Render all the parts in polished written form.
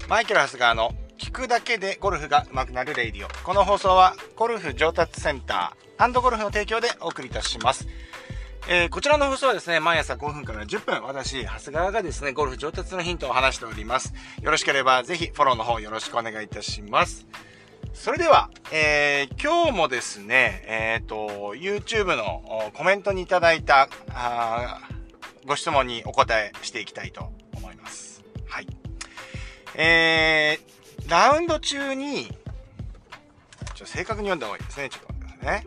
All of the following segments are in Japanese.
マイケル・ハスガーの聞くだけでゴルフが上手くなるレイディオ。この放送はゴルフ上達センターゴルフの提供でお送りいたします。こちらの放送はですね、毎朝5分から10分、私、長谷川がですね、ゴルフ上達のヒントを話しております。よろしければぜひフォローの方よろしくお願いいたします。それでは、今日もですね、YouTube のコメントにいただいたご質問にお答えしていきたいと思います。はい。ラウンド中に、正確に読んだ方がいいですね。ちょっと待ってくださいね。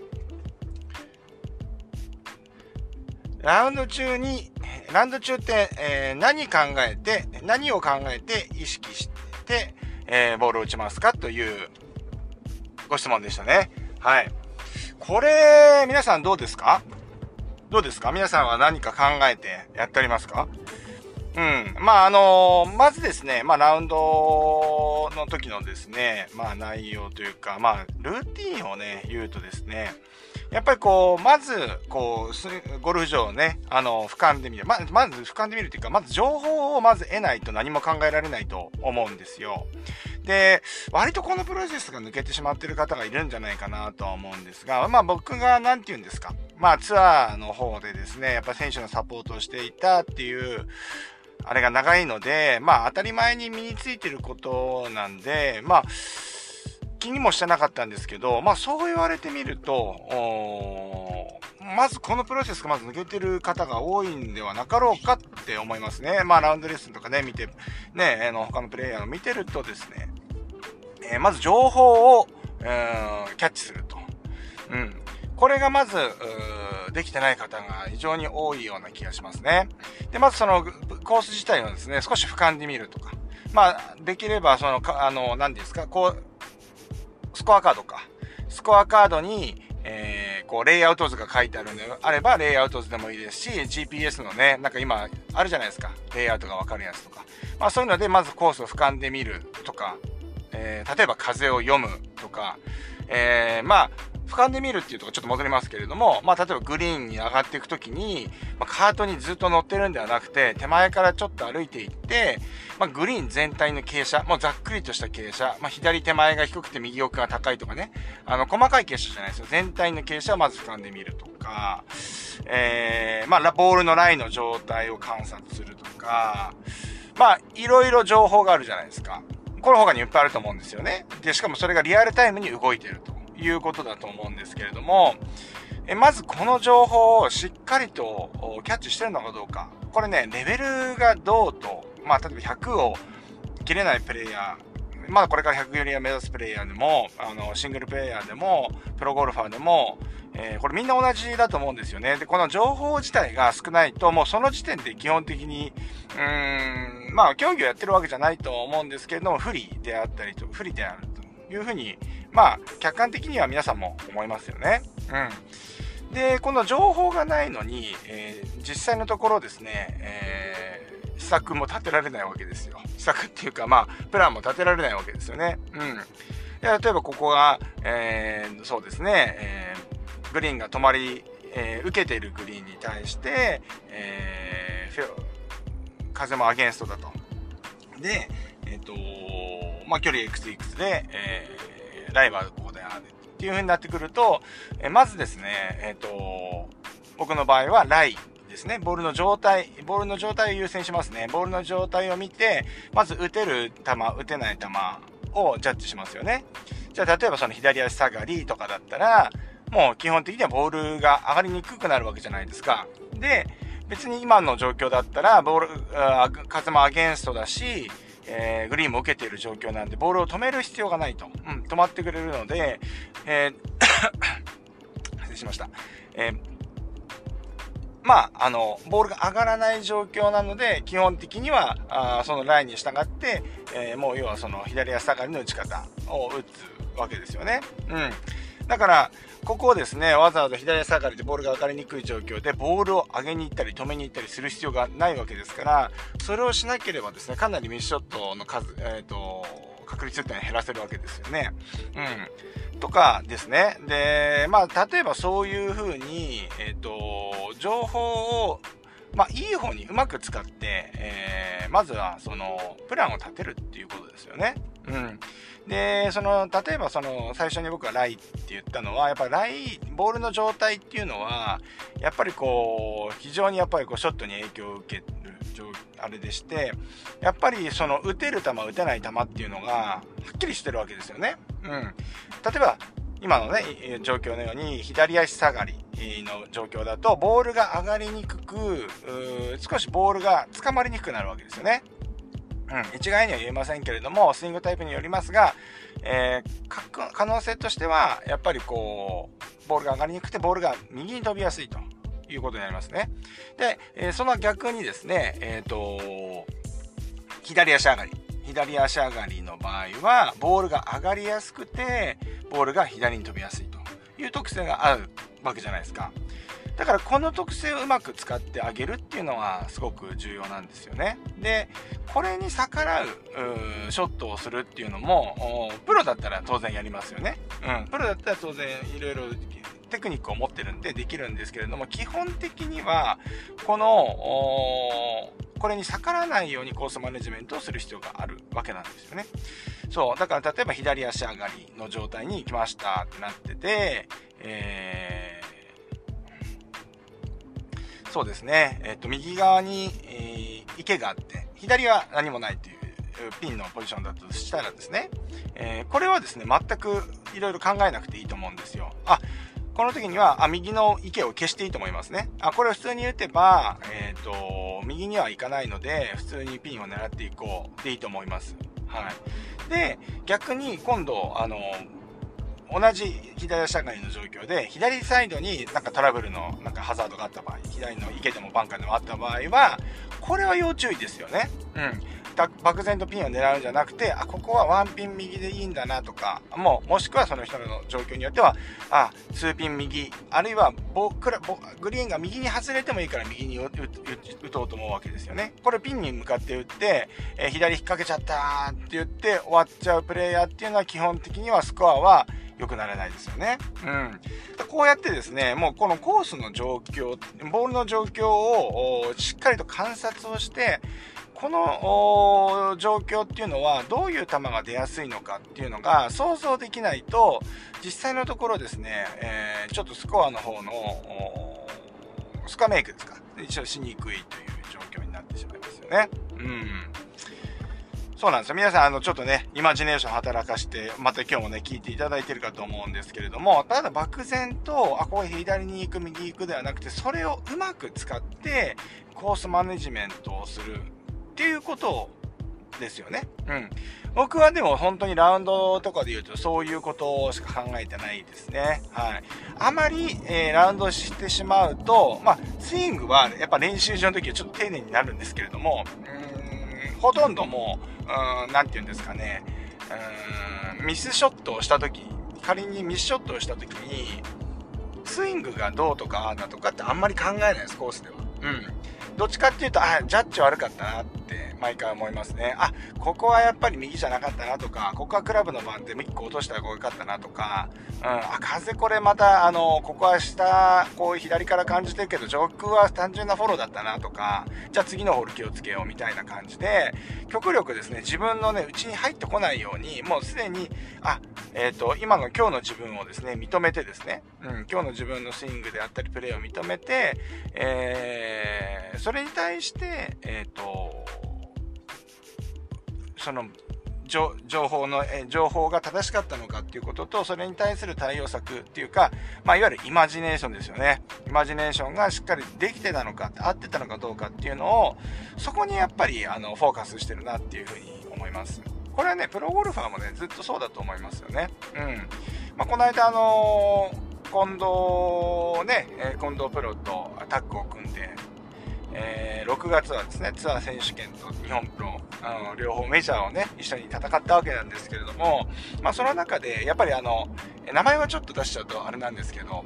ラウンド中って、何を考えて意識して、ボールを打ちますかというご質問でしたね。はい。これ、皆さんどうですか？皆さんは何か考えてやっておりますか？まずですね、ラウンドの時のですね、内容というか、ルーティーンをね、言うとですね、やっぱりまず、ゴルフ場をね、俯瞰で見る。まず俯瞰で見るというか、まず情報をまず得ないと何も考えられないと思うんですよ。で、割とこのプロセスが抜けてしまっている方がいるんじゃないかなとは思うんですが、僕がなんて言うんですか。ツアーの方でですね、やっぱ選手のサポートをしていたっていう、あれが長いので、当たり前に身についてることなんで、気にもしてなかったんですけど、そう言われてみると、まずこのプロセスがまず抜けてる方が多いんではなかろうかって思いますね。ラウンドレッスンとかね、見て、ね、他のプレイヤーを見てるとですね、まず情報を、キャッチすると。これがまず、できてない方が非常に多いような気がしますね。で、まずそのコース自体をですね、少し俯瞰で見るとか。できれば、何ですか、スコアカードに、レイアウト図が書いてあるのであれば、レイアウト図でもいいですし、GPS のね、なんか今、あるじゃないですか。レイアウトがわかるやつとか。そういうので、まずコースを俯瞰で見るとか、例えば風を読むとか、俯瞰で見るっていうとこちょっと戻りますけれども、例えばグリーンに上がっていくときに、カートにずっと乗ってるんではなくて、手前からちょっと歩いていって、グリーン全体の傾斜、もうざっくりとした傾斜、左手前が低くて右奥が高いとかね、細かい傾斜じゃないですよ。全体の傾斜をまず俯瞰で見るとか、ボールのラインの状態を観察するとか、いろいろ情報があるじゃないですか。この他にいっぱいあると思うんですよね。で、しかもそれがリアルタイムに動いているということだと思うんですけれども、まずこの情報をしっかりとキャッチしてるのかどうか。これね、レベルがどうと、例えば100を切れないプレイヤー、これから100よりを目指すプレイヤーでも、シングルプレイヤーでも、プロゴルファーでも、これみんな同じだと思うんですよね。で、この情報自体が少ないと、もうその時点で基本的に、競技をやってるわけじゃないと思うんですけれども、不利であるというふうに、客観的には皆さんも思いますよね。で、この情報がないのに、実際のところですね、施策も立てられないわけですよ。施策っていうか、プランも立てられないわけですよね。で、例えばここが、そうですね、グリーンが止まり、受けているグリーンに対して、風もアゲンストだと。で、距離いくつで、ライバルここであるっていう風になってくると、まずですね、僕の場合はライですね。ボールの状態を優先しますね。ボールの状態を見て、まず打てる球、打てない球をジャッジしますよね。じゃあ、例えばその左足下がりとかだったら、もう基本的にはボールが上がりにくくなるわけじゃないですか。で、別に今の状況だったら、風もアゲンストだし、グリーンも受けている状況なんで、ボールを止める必要がないと。止まってくれるので、失礼しました。ボールが上がらない状況なので、基本的には、そのラインに従って、もう要はその左足下がりの打ち方を打つわけですよね。だから、ここをですね、わざわざ左足下がりでボールが上がりにくい状況で、ボールを上げに行ったり止めに行ったりする必要がないわけですから、それをしなければですね、かなりミスショットの数、確率っていうのは減らせるわけですよね。とかですね。で、例えばそういうふうに、情報をいい方にうまく使って、まずはそのプランを立てるっていうことですよね。で、例えば最初に僕がライって言ったのは、やっぱりボールの状態っていうのは、やっぱり非常にやっぱりショットに影響を受けるあれでして、やっぱり打てる球、打てない球っていうのが、はっきりしてるわけですよね。例えば、今のね、状況のように、左足下がりの状況だと、ボールが上がりにくく、少しボールが捕まりにくくなるわけですよね。一概には言えませんけれども、スイングタイプによりますが、可能性としては、やっぱりボールが上がりにくくて、ボールが右に飛びやすいということになりますね。で、その逆にですね、左足上がりの場合は、ボールが上がりやすくて、ボールが左に飛びやすいという特性があるわけじゃないですか。だからこの特性をうまく使ってあげるっていうのはすごく重要なんですよね。で、これに逆らうショットをするっていうのも、プロだったら当然やりますよね。プロだったら当然いろいろテクニックを持ってるんでできるんですけれども、基本的にはこれに逆らわないようにコースマネジメントをする必要があるわけなんですよね。そう、だから例えば左足上がりの状態に来ましたってなってて、そうですね、右側に、池があって、左は何もないというピンのポジションだとしたらですね、これはですね、全くいろいろ考えなくていいと思うんですよ。この時には、右の池を消していいと思いますね。これを普通に打てば、右には行かないので、普通にピンを狙っていこうでいいと思います。はい。で、逆に今度、同じ左足上がりの状況で、左サイドになんかトラブルのなんかハザードがあった場合、左の池でもバンカーでもあった場合は、これは要注意ですよね。漠然とピンを狙うんじゃなくて、ここはワンピン右でいいんだなとか、もしくはその人の状況によっては、2ピン右、あるいはグリーンが右に外れてもいいから右に打とうと思うわけですよね。これピンに向かって打って、左引っ掛けちゃったって言って終わっちゃうプレイヤーっていうのは基本的にはスコアは良くならないですよね。こうやってですね、もうこのコースの状況、ボールの状況をしっかりと観察をして、この状況っていうのはどういう球が出やすいのかっていうのが想像できないと、実際のところですね、ちょっとスコアの方のスコアメイクですか、一応しにくいという状況になってしまいますよね。そうなんですよ。皆さん、ちょっとね、イマジネーション働かして、また今日もね、聞いていただいてるかと思うんですけれども、ただ漠然と、これ左に行く、右に行くではなくて、それをうまく使って、コースマネジメントをするっていうことですよね。僕はでも本当にラウンドとかで言うと、そういうことしか考えてないですね。あまり、ラウンドしてしまうと、スイングはやっぱ練習場の時はちょっと丁寧になるんですけれども、ほとんどもう、なんて言うんですかね、ミスショットをした時、仮にミスショットをした時に、スイングがどうとかだとかってあんまり考えないです、コースでは。どっちかっていうと、ジャッジ悪かったなって毎回思いますね。ここはやっぱり右じゃなかったなとか、ここはクラブの番で1個落としたらこうよかったなとか、風これまた、ここは下、こう左から感じてるけど、上空は単純なフォローだったなとか、じゃあ次のホール気をつけようみたいな感じで、極力ですね、自分のね、内に入ってこないように、もうすでに、今の自分をですね、認めてですね、今日の自分のスイングであったり、プレーを認めて、それに対して、その情報が正しかったのかっていうことと、それに対する対応策っていうか、いわゆるイマジネーションですよね。イマジネーションがしっかりできてたのか、合ってたのかどうかっていうのを、そこにやっぱりフォーカスしてるなっていうふうに思います。これはね、プロゴルファーもね、ずっとそうだと思いますよね。この間近藤プロとタッグを組んで、6月はですね、ツアー選手権と日本プロ、両方メジャーをね、一緒に戦ったわけなんですけれども、その中で、やっぱり名前はちょっと出しちゃうとあれなんですけど、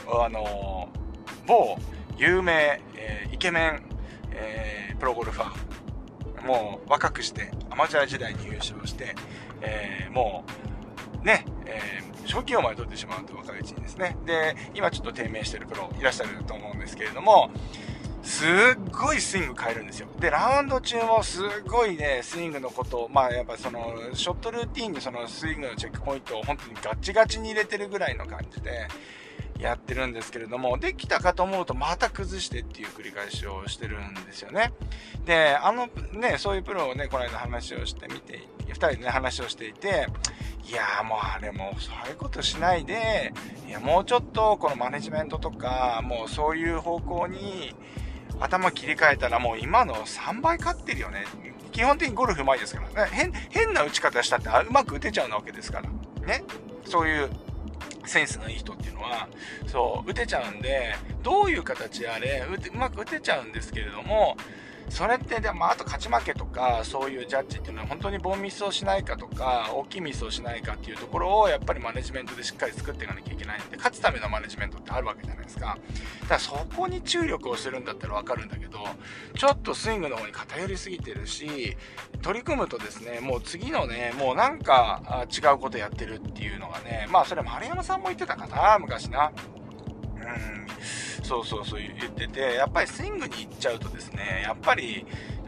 某有名、イケメン、プロゴルファー、もう若くしてアマチュア時代に優勝して、もうね、賞金王まで取ってしまうと若いうちにですね。で、今ちょっと低迷しているプロいらっしゃると思うんですけれども、 すっごいスイング変えるんですよ。で、ラウンド中もすっごいね、スイングのことを、まあやっぱその、ショットルーティンにそのスイングのチェックポイントを本当にガチガチに入れてるぐらいの感じでやってるんですけれども、できたかと思うとまた崩してっていう繰り返しをしてるんですよね。で、そういうプロをね、この間話をしてみて、二人でね、話をしていて、いやーもうあれもうそういうことしないで、いやもうちょっとこのマネジメントとか、もうそういう方向に頭切り替えたらもう今の3倍勝ってるよね。基本的にゴルフうまいですからね。変な打ち方したってうまく打てちゃうわけですから。ね。そういうセンスのいい人っていうのは、そう、打てちゃうんで、どういう形あれ、うまく打てちゃうんですけれども、それって、まあ、あと勝ち負けとか、そういうジャッジっていうのは本当にボンミスをしないかとか、大きいミスをしないかっていうところを、やっぱりマネジメントでしっかり作っていかなきゃいけないんで、勝つためのマネジメントってあるわけじゃないですか。だからそこに注力をするんだったらわかるんだけど、ちょっとスイングの方に偏りすぎてるし、取り組むとですね、もう次のね、もうなんか違うことやってるっていうのがね、まあそれ丸山さんも言ってたかな、昔な。そう言ってて、やっぱりスイングに行っちゃうとですね、やっぱり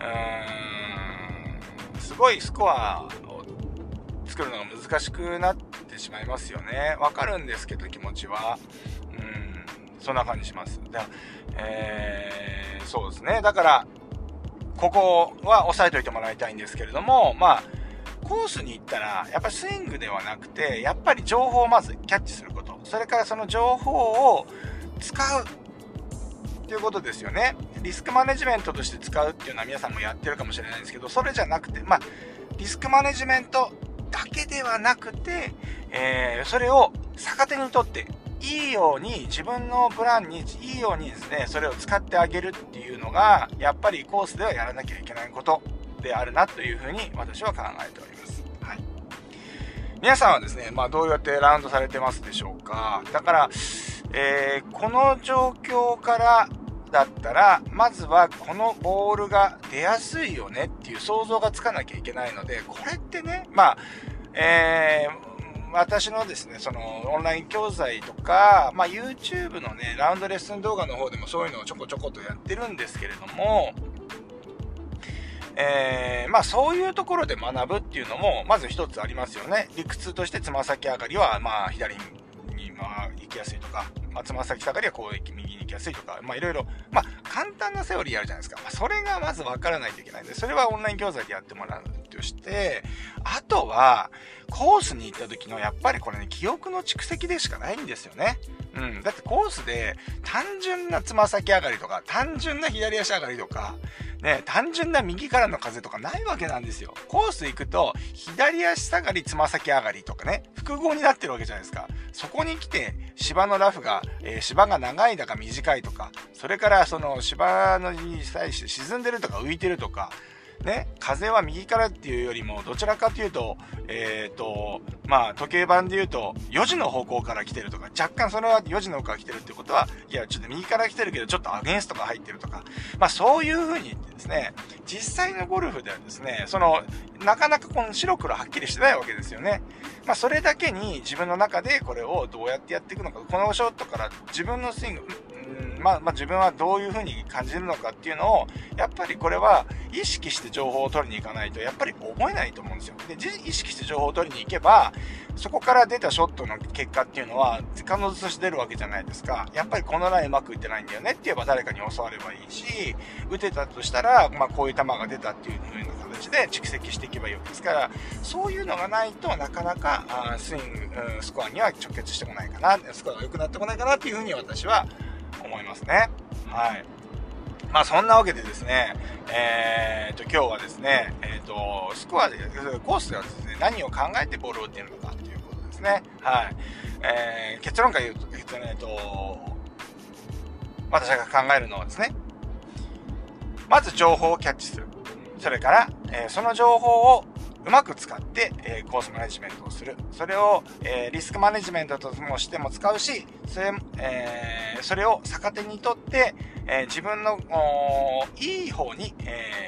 すごいスコアを作るのが難しくなってしまいますよね。わかるんですけど、気持ちはそんな感じします。そうですね。だからここは押さえておいてもらいたいんですけれども、まあコースに行ったらやっぱりスイングではなくて、やっぱり情報をまずキャッチすること、それからその情報を使うっていうことですよね。リスクマネジメントとして使うっていうのは皆さんもやってるかもしれないんですけど、それじゃなくて、まあリスクマネジメントだけではなくて、それを逆手にとっていいように、自分のプランにいいようにですね、それを使ってあげるっていうのがやっぱりコースではやらなきゃいけないことであるなというふうに私は考えております。はい。皆さんはですね、まあどうやってラウンドされてますでしょうか。だから、この状況からだったら、まずはこのボールが出やすいよねっていう想像がつかなきゃいけないので、これってね、まあ、私のですね、そのオンライン教材とか、まあ YouTube のね、ラウンドレッスン動画の方でもそういうのをちょこちょことやってるんですけれども、まあそういうところで学ぶっていうのもまず一つありますよね。理屈としてつま先上がりはまあ左に行きやすいとか、まあ、つま先下がりはこう右に行きやすいとか、まあいろいろ、まあ簡単なセオリーあるじゃないですか。まあ、それがまず分からないといけないんで、それはオンライン教材でやってもらうとして、あとはコースに行った時のやっぱりこれね、記憶の蓄積でしかないんですよね。だってコースで単純なつま先上がりとか、単純な左足上がりとか、ね、単純な右からの風とかないわけなんですよ。コース行くと、左足下がり、つま先上がりとかね、複合になってるわけじゃないですか。そこに来て、芝のラフが、芝が長いだか短いとか、それからその芝に対して沈んでるとか浮いてるとか、ね、風は右からっていうよりも、どちらかというと、まあ、時計盤で言うと、4時の方向から来てるとか、若干それは4時の方から来てるってことは、いや、ちょっと右から来てるけど、ちょっとアゲンストが入ってるとか、まあ、そういう風に言ってですね、実際のゴルフではですね、なかなかこの白黒はっきりしてないわけですよね。まあ、それだけに自分の中でこれをどうやってやっていくのか、このショットから自分のスイング、まあ自分はどういう風に感じるのかっていうのを、やっぱりこれは意識して情報を取りに行かないと、やっぱり覚えないと思うんですよ。で、意識して情報を取りに行けば、そこから出たショットの結果っていうのは、可能として出るわけじゃないですか。やっぱりこのラインうまくいってないんだよねって言えば誰かに教わればいいし、打てたとしたら、まあこういう球が出たっていう風な形で蓄積していけばいいわけですから、そういうのがないとなかなかスイング、スコアには直結してこないかな、スコアが良くなってこないかなっていう風に私は思いますね。はい。まあそんなわけでですね、今日はですね、スコアで、コースではですね、何を考えてボールを打っているのかということですね。はい。結論から言うと、私が考えるのはですね、まず情報をキャッチする。それから、その情報をうまく使って、コースマネジメントをする。それを、リスクマネジメントともしても使うし、それを逆手にとって、自分のいい方に、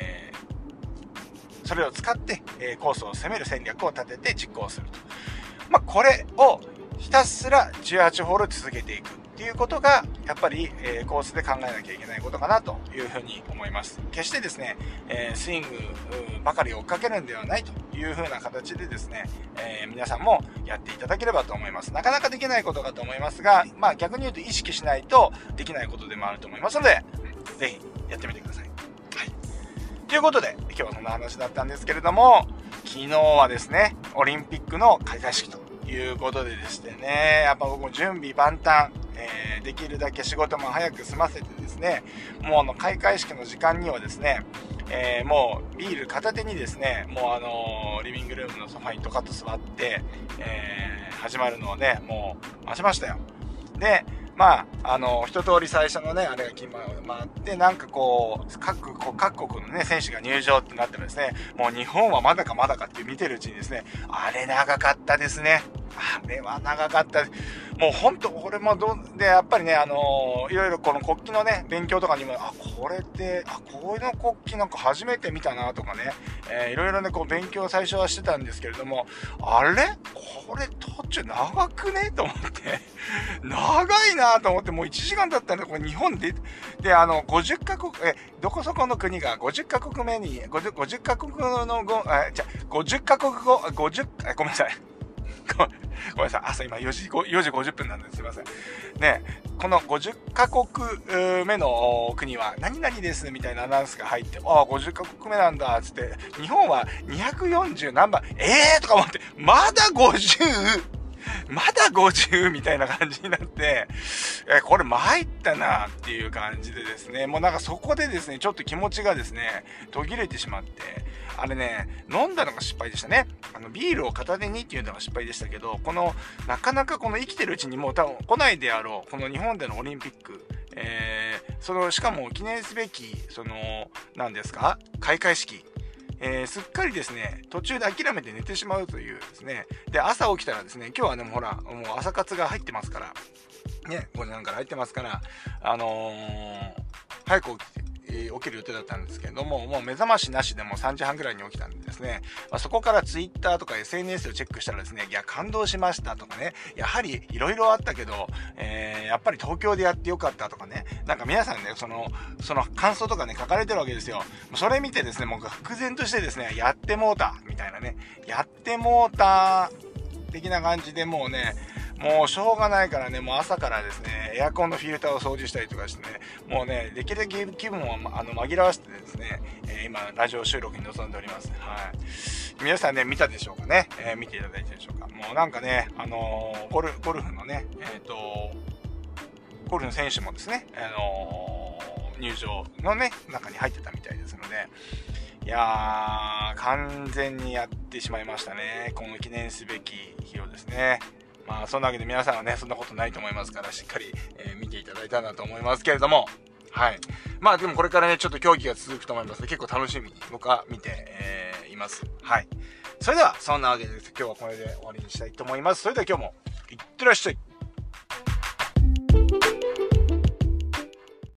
それを使って、コースを攻める戦略を立てて実行すると。まあ、これをひたすら18ホール続けていく。 っていうことが、やっぱり、コースで考えなきゃいけないことかなというふうに思います。決してですね、スイングばかり追っかけるんではないというふうな形でですね、皆さんもやっていただければと思います。なかなかできないことかと思いますが、まあ逆に言うと意識しないとできないことでもあると思いますので、ぜひやってみてください。はい。ということで、今日はそんな話だったんですけれども、昨日はですね、オリンピックの開会式ということででしてね、やっぱ僕も準備万端、できるだけ仕事も早く済ませてですね、もう開会式の時間にはですね、もうビール片手にですね、もうリビングルームのソファにドカッと座って、始まるのをね、もう待ちましたよ。で、まあ、一通り最初のね、あれが決まって、なんかこう、各国のね、選手が入場ってなってもですね、もう日本はまだかまだかって見てるうちにですね、あれ長かったですね。あれは長かった。もうほんと、俺もで、やっぱりね、いろいろこの国旗のね、勉強とかにも、これって、こういうの国旗なんか初めて見たなとかね、いろいろね、こう勉強最初はしてたんですけれども、あれこれ途中長くねと思って、長いなと思って、もう1時間だったんで、これ日本で、50カ国、どこそこの国が50カ国目に、50カ国の50カ国語、ごめんなさい。ごめんなさい。朝今4時50分なんですいません。ね、この50カ国目の国は何々ですみたいなアナウンスが入って、50カ国目なんだ、つって、日本は240何番、とか思って、まだ50みたいな感じになって、これ参ったなっていう感じでですね、もうなんかそこでですね、ちょっと気持ちがですね、途切れてしまって、あれね、飲んだのが失敗でしたね。ビールを片手にっていうのが失敗でしたけど、なかなかこの生きてるうちにもう多分来ないであろう、この日本でのオリンピック、しかも記念すべき、何ですか？開会式。すっかりですね、途中で諦めて寝てしまうというですね。で、朝起きたらですね、今日はね、ほら、もう朝活が入ってますから、ね、5時半から入ってますから、早く起きる予定だったんですけれども、もう目覚ましなしでも3時半ぐらいに起きたんでですね、そこからツイッターとか SNS をチェックしたらですね、いや、感動しましたとかね、やはりいろいろあったけど、やっぱり東京でやってよかったとかね、なんか皆さんね、その感想とかね、書かれてるわけですよ。それ見てですね、もう愕然としてですね、やってもうたみたいなね、やってもうた的な感じでもうね、もうしょうがないからね、もう朝からですね、エアコンのフィルターを掃除したりとかしてね、もうね、できるだけ気分を紛らわせてですね、今、ラジオ収録に臨んでおります。はい。皆さんね、見たでしょうかね、見ていただいてるでしょうか。もうなんかね、ゴルフのね、ゴルフの選手もですね、入場のね、中に入ってたみたいですので、いやー、完全にやってしまいましたね。この記念すべき日をですね。まあそんなわけで皆さんはね、そんなことないと思いますからしっかり、見ていただいたなと思いますけれども、はい。まあでもこれからねちょっと競技が続くと思いますので結構楽しみに僕は見て、います。はい。それではそんなわけで今日はこれで終わりにしたいと思います。それでは今日もいってらっしゃい。